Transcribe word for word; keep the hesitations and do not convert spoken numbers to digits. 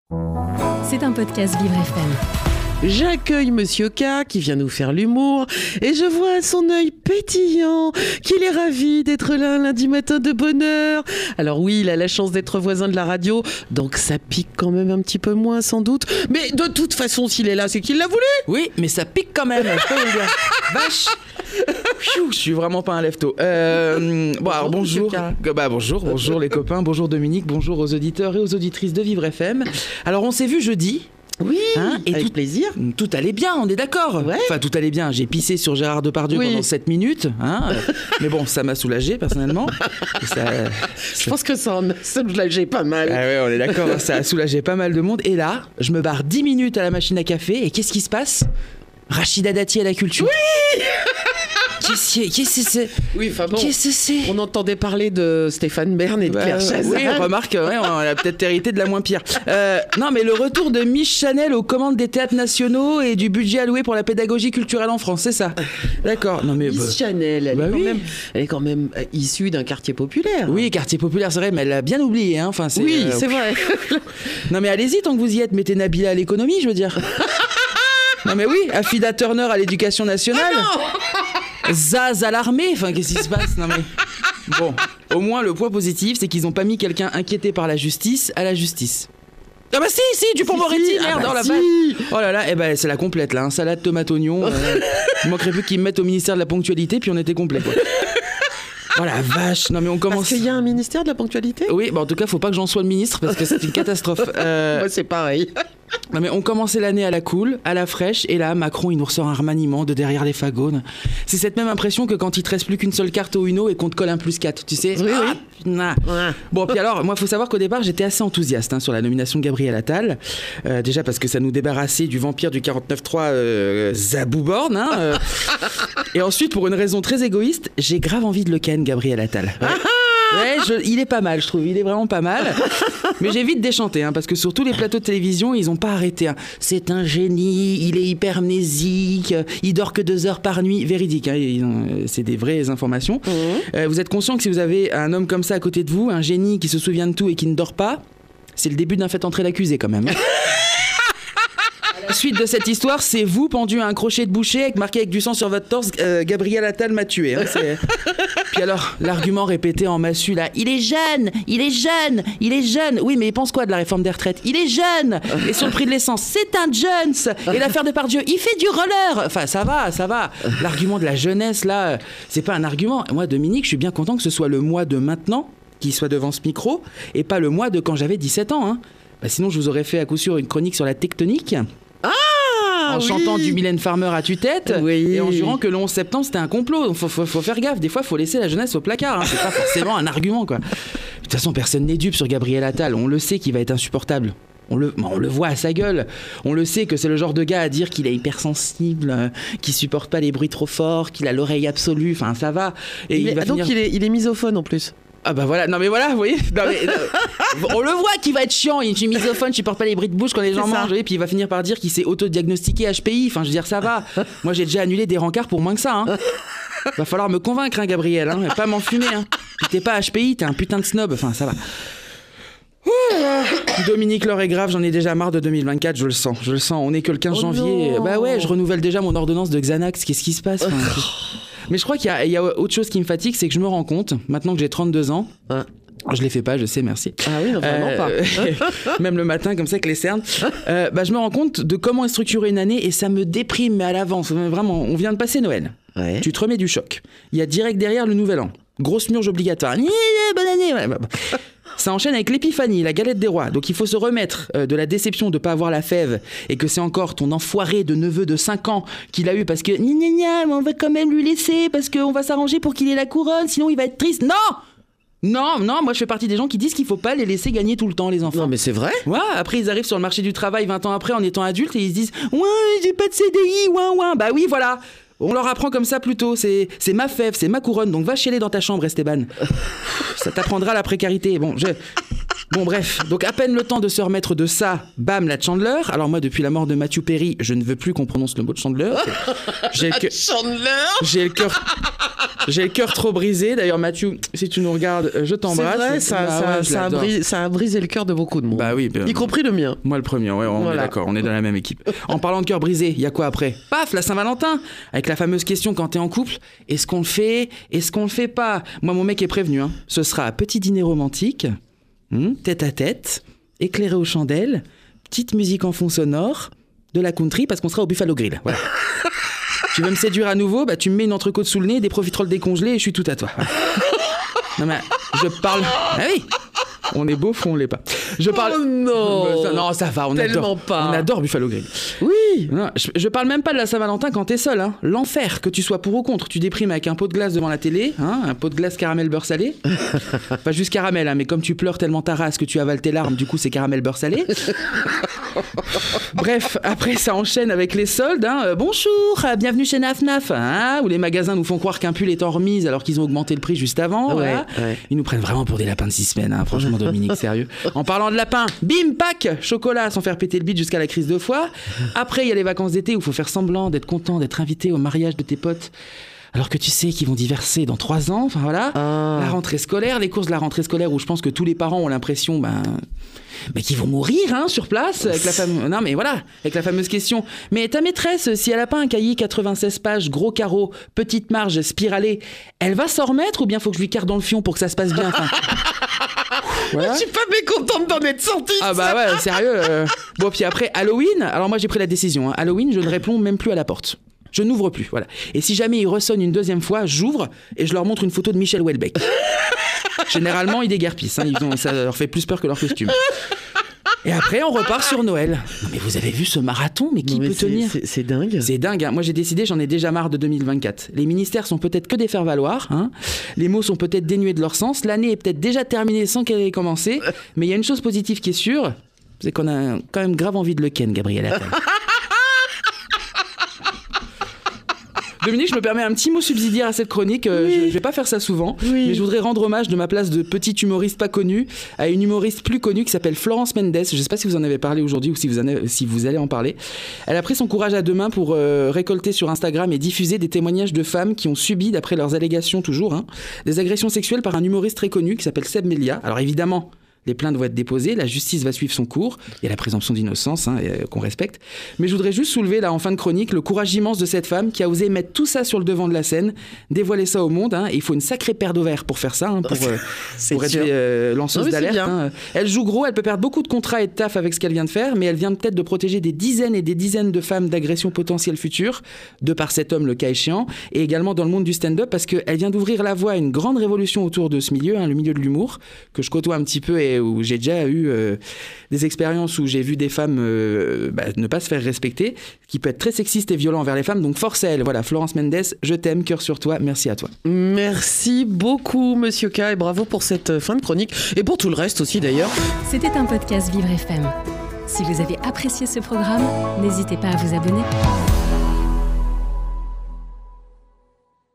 C'est un podcast Vivre F M. J'accueille Monsieur K qui vient nous faire l'humour et je vois à son œil pétillant qu'il est ravi d'être là un lundi matin de bonne heure. Alors oui, il a la chance d'être voisin de la radio, donc ça pique quand même un petit peu moins sans doute. Mais de toute façon, s'il est là, c'est qu'il l'a voulu. Oui, mais ça pique quand même, je peux vous le dire. Vache. Pfiou, je suis vraiment pas un lève-tôt. Euh, bon, alors bonjour. Bah, bonjour, bonjour les copains, bonjour Dominique, bonjour aux auditeurs et aux auditrices de Vivre F M. Alors on s'est vu jeudi. Oui, hein, et avec tout, plaisir. Tout allait bien, on est d'accord. Ouais. Enfin, tout allait bien. J'ai pissé sur Gérard Depardieu oui. pendant sept minutes. Hein, mais bon, ça m'a soulagé, personnellement. Ça, je ça... pense que ça en a soulagé pas mal. Ah ouais, on est d'accord. Ça a soulagé pas mal de monde. Et là, je me barre dix minutes à la machine à café. Et qu'est-ce qui se passe ? Rachida Dati à la culture. Oui. Qu'est-ce que c'est ? Oui, enfin bon, qu'est-ce que c'est ? On entendait parler de Stéphane Bern et de Claire bah, Chazal. Oui, remarque, ouais, on a peut-être hérité de la moins pire. Euh, non, mais le retour de Miss Chanel aux commandes des théâtres nationaux et du budget alloué pour la pédagogie culturelle en France, c'est ça ? D'accord. Non, mais, Miss bah, Chanel, elle, bah, est quand oui. même, elle est quand même issue d'un quartier populaire. Oui, quartier populaire, c'est vrai, mais elle l'a bien oublié. Hein. Enfin, c'est, oui, euh, c'est vrai. Non, mais allez-y, tant que vous y êtes, mettez Nabila à l'économie, je veux dire. Non, mais oui, Afida Turner à l'éducation nationale. Ah Zaz à l'armée, enfin qu'est-ce qui se passe ? Non mais bon, au moins le point positif, c'est qu'ils n'ont pas mis quelqu'un inquiété par la justice à la justice. Ah bah si, si, Dupond-Moretti, si, si. merde, Ah bah oh la si. vache. Oh là là, eh ben c'est la complète là, hein. Salade, tomate, oignon. Euh, il manquerait plus qu'ils me mettent au ministère de la ponctualité, puis on était complet quoi. Oh la vache, non mais on commence. Parce qu'il y a un ministère de la ponctualité ? Oui, bah en tout cas, faut pas que j'en sois le ministre parce que c'est une catastrophe. Euh... Moi, c'est pareil. Non mais on commençait l'année à la cool, à la fraîche, et là Macron il nous ressort un remaniement de derrière les fagots. C'est cette même impression que quand il te reste plus qu'une seule carte au Uno et qu'on te colle un plus quatre, tu sais. Oui, ah, oui. Nah. Ouais. Bon puis alors, moi faut savoir qu'au départ j'étais assez enthousiaste hein, sur la nomination de Gabriel Attal. Euh, déjà parce que ça nous débarrassait du vampire du quarante-neuf trois euh, Zabou Borne. Hein, euh. Et ensuite pour une raison très égoïste, j'ai grave envie de le ken Gabriel Attal. Ouais. Ouais, je, il est pas mal, je trouve. Il est vraiment pas mal. Mais j'ai vite déchanté, hein, parce que sur tous les plateaux de télévision, ils ont pas arrêté. Hein. C'est un génie, il est hypermnésique, il dort que deux heures par nuit. Véridique, hein, ils ont, c'est des vraies informations. Mmh. Euh, vous êtes conscient que si vous avez un homme comme ça à côté de vous, un génie qui se souvient de tout et qui ne dort pas, c'est le début d'un fait entrer l'accusé quand même. La suite de cette histoire, c'est vous pendu à un crochet de boucher avec marqué avec du sang sur votre torse, euh, Gabriel Attal m'a tué. Hein, c'est... Puis alors, l'argument répété en massue là, il est jeune, il est jeune, il est jeune. Oui, mais il pense quoi de la réforme des retraites ? Il est jeune. Et sur le prix de l'essence, c'est un Jones. Et l'affaire Depardieu, il fait du roller. Enfin, ça va, ça va. L'argument de la jeunesse là, c'est pas un argument. Moi, Dominique, je suis bien content que ce soit le moi de maintenant qui soit devant ce micro et pas le moi de quand j'avais dix-sept ans. Hein. Bah, sinon, je vous aurais fait à coup sûr une chronique sur la tectonique. Ah, en oui. chantant du Mylène Farmer à tue-tête oui. et en jurant que le onze septembre c'était un complot. Donc faut, faut, faut faire gaffe, des fois faut laisser la jeunesse au placard, hein. C'est pas forcément un argument quoi. De toute façon personne n'est dupe sur Gabriel Attal, on le sait qu'il va être insupportable. On le, on le voit à sa gueule. On le sait que c'est le genre de gars à dire qu'il est hypersensible, euh, qu'il supporte pas les bruits trop forts, qu'il a l'oreille absolue, enfin ça va. Et il il est, va donc finir... il est, il est misophone en plus. Ah bah voilà, non mais voilà, vous voyez, non mais, non, on le voit qu'il va être chiant, il est misophone, il porte pas les bruits de bouche quand les gens mangent, et puis il va finir par dire qu'il s'est auto-diagnostiqué H P I, enfin je veux dire ça va, moi j'ai déjà annulé des rencarts pour moins que ça, hein. Va falloir me convaincre hein Gabriel, hein, pas m'enfumer, hein. Puis t'es pas H P I, t'es un putain de snob, enfin ça va. Ouh, Dominique, l'heure est grave, j'en ai déjà marre de deux mille vingt-quatre, je le sens, je le sens, on est que le quinze oh janvier, non. Bah ouais, je renouvelle déjà mon ordonnance de Xanax, qu'est-ce qui se passe enfin, Mais je crois qu'il y a, il y a autre chose qui me fatigue, c'est que je me rends compte, maintenant que j'ai trente-deux ans, hein. Je les fais pas, je sais, merci. Ah oui, non, vraiment euh, pas. Même le matin, comme ça, avec les cernes. Euh, bah, je me rends compte de comment est structurée une année et ça me déprime, mais à l'avance. Vraiment, on vient de passer Noël. Ouais. Tu te remets du choc. Il y a direct derrière le Nouvel An. Grosse murge obligatoire. Bonne année. Ça enchaîne avec l'épiphanie, la galette des rois. Donc il faut se remettre euh, de la déception de ne pas avoir la fève et que c'est encore ton enfoiré de neveu de cinq ans qu'il a eu parce que gna gna gna, mais on va quand même lui laisser parce qu'on va s'arranger pour qu'il ait la couronne, sinon il va être triste. Non! Non, non, moi je fais partie des gens qui disent qu'il faut pas les laisser gagner tout le temps, les enfants. Non, mais c'est vrai. Ouais, après ils arrivent sur le marché du travail vingt ans après en étant adultes et ils se disent « Ouais, j'ai pas de C D I, ouin, ouin. » Bah oui, voilà. On leur apprend comme ça plutôt. C'est, c'est ma fève, c'est ma couronne, donc va chialer dans ta chambre, Esteban. Ça t'apprendra la précarité. Bon, je... Bon bref, donc à peine le temps de se remettre de ça, bam, la Chandler. Alors moi, depuis la mort de Matthew Perry, je ne veux plus qu'on prononce le mot de Chandler. J'ai le cœur... Chandler J'ai le cœur... J'ai le cœur trop brisé. D'ailleurs, Matthew, si tu nous regardes, je t'embrasse. C'est vrai, ça, bah, ça, ouais, ça, a brisé, ça a brisé le cœur de beaucoup de monde. Bah oui. Bah, y compris le mien. Moi le premier, ouais, on voilà. est d'accord, on est dans la même équipe. En parlant de cœur brisé, il y a quoi après ? Paf, la Saint-Valentin, avec la fameuse question quand t'es en couple, est-ce qu'on le fait ? Est-ce qu'on le fait pas ? Moi, mon mec est prévenu, hein. Ce sera un petit dîner romantique, hmm, tête à tête, éclairé aux chandelles, petite musique en fond sonore, de la country, parce qu'on sera au Buffalo Grill. Voilà. Tu veux me séduire à nouveau ? Bah, tu me mets une entrecôte sous le nez, des profiteroles décongelés et je suis tout à toi. Voilà. Non mais, je parle... Ah oui ! On est beau, on l'est pas. Je parle. Oh non. Ça, non, ça va. On Tellement adore. pas. On adore Buffalo Grill. Oui. Non, je, je parle même pas de la Saint-Valentin quand t'es seul. Hein. L'enfer, que tu sois pour ou contre. Tu déprimes avec un pot de glace devant la télé, hein, un pot de glace caramel beurre salé. Pas juste caramel, hein, mais comme tu pleures tellement ta race que tu avales tes larmes, du coup c'est caramel beurre salé. Bref, après ça enchaîne avec les soldes. Hein. Euh, bonjour, euh, bienvenue chez Naf Naf. Hein, où les magasins nous font croire qu'un pull est en remise alors qu'ils ont augmenté le prix juste avant. Ouais, voilà. ouais. Ils nous prennent vraiment pour des lapins de six semaines. Hein. Franchement, Dominique, sérieux. En parlant de lapin, bim, pack, chocolat sans faire péter le bide jusqu'à la crise de foie. Après, il y a les vacances d'été où il faut faire semblant d'être content, d'être invité au mariage de tes potes. Alors que tu sais qu'ils vont divorcer dans trois ans, enfin voilà. Ah. La rentrée scolaire, les courses de la rentrée scolaire où je pense que tous les parents ont l'impression, ben, ben qu'ils vont mourir, hein, sur place, avec la fame... Non mais voilà, avec la fameuse question. Mais ta maîtresse, si elle a pas un cahier quatre-vingt-seize pages, gros carreau, petite marge, spiralée, elle va s'en remettre ou bien faut que je lui carte dans le fion pour que ça se passe bien, enfin... Voilà. Je suis pas mécontente d'en être sortie. Ah bah ouais, sérieux. Euh... Bon, puis après, Halloween, alors moi j'ai pris la décision. Hein. Halloween, je ne réponds même plus à la porte. Je n'ouvre plus, voilà. Et si jamais ils ressonnent une deuxième fois, j'ouvre et je leur montre une photo de Michel Houellebecq. Généralement, ils déguerpissent. Hein. Ils ont... Ça leur fait plus peur que leur costume. Et après, on repart sur Noël. Non mais vous avez vu ce marathon ? Mais qui non, mais peut c'est, tenir ? c'est, c'est dingue. C'est dingue. Hein. Moi, j'ai décidé, j'en ai déjà marre de deux mille vingt-quatre. Les ministères sont peut-être que des faire-valoir. Hein. Les mots sont peut-être dénués de leur sens. L'année est peut-être déjà terminée sans qu'elle ait commencé. Mais il y a une chose positive qui est sûre, c'est qu'on a quand même grave envie de le ken, Gabriel Attal. Dominique, je me permets un petit mot subsidiaire à cette chronique. Euh, oui. Je ne vais pas faire ça souvent, oui. mais je voudrais rendre hommage de ma place de petite humoriste pas connue à une humoriste plus connue qui s'appelle Florence Mendes. Je ne sais pas si vous en avez parlé aujourd'hui ou si vous, en avez, si vous allez en parler. Elle a pris son courage à deux mains pour euh, récolter sur Instagram et diffuser des témoignages de femmes qui ont subi, d'après leurs allégations toujours, hein, des agressions sexuelles par un humoriste très connu qui s'appelle Seb Melia. Alors évidemment... Les plaintes vont être déposées, la justice va suivre son cours, il y a la présomption d'innocence hein, et, euh, qu'on respecte. Mais je voudrais juste soulever là en fin de chronique le courage immense de cette femme qui a osé mettre tout ça sur le devant de la scène, dévoiler ça au monde. Hein, et il faut une sacrée paire d'ovaires pour faire ça, hein, pour, euh, pour être euh, lanceuse non, d'alerte. Hein. Elle joue gros, elle peut perdre beaucoup de contrats et de taf avec ce qu'elle vient de faire, mais elle vient peut-être de protéger des dizaines et des dizaines de femmes d'agressions potentielles futures, de par cet homme le cas échéant, et également dans le monde du stand-up parce qu'elle vient d'ouvrir la voie à une grande révolution autour de ce milieu, hein, le milieu de l'humour, que je côtoie un petit peu et où j'ai déjà eu euh, des expériences où j'ai vu des femmes euh, bah, ne pas se faire respecter, qui peut être très sexiste et violent envers les femmes, donc force à elle. Voilà, Florence Mendes, je t'aime, cœur sur toi, merci à toi. Merci beaucoup Monsieur K et bravo pour cette fin de chronique et pour tout le reste aussi d'ailleurs. C'était un podcast Vivre F M. Si vous avez apprécié ce programme, n'hésitez pas à vous abonner.